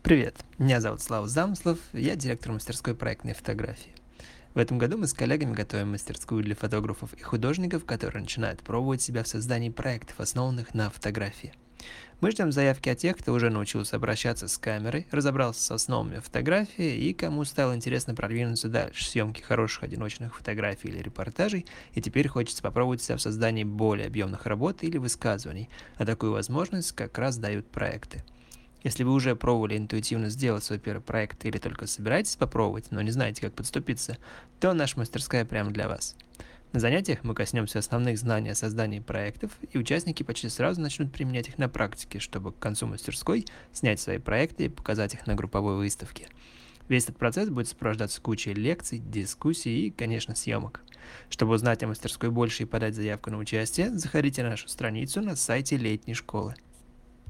Привет, меня зовут Слава Замыслов, я директор мастерской проектной фотографии. В этом году мы с коллегами готовим мастерскую для фотографов и художников, которые начинают пробовать себя в создании проектов, основанных на фотографии. Мы ждем заявки от тех, кто уже научился обращаться с камерой, разобрался с основами фотографии и кому стало интересно продвинуться дальше, съемки хороших одиночных фотографий или репортажей, и теперь хочется попробовать себя в создании более объемных работ или высказываний, а такую возможность как раз дают проекты. Если вы уже пробовали интуитивно сделать свой первый проект или только собираетесь попробовать, но не знаете, как подступиться, то наша мастерская прямо для вас. На занятиях мы коснемся основных знаний о создании проектов, и участники почти сразу начнут применять их на практике, чтобы к концу мастерской снять свои проекты и показать их на групповой выставке. Весь этот процесс будет сопровождаться кучей лекций, дискуссий и, конечно, съемок. Чтобы узнать о мастерской больше и подать заявку на участие, заходите на нашу страницу на сайте летней школы.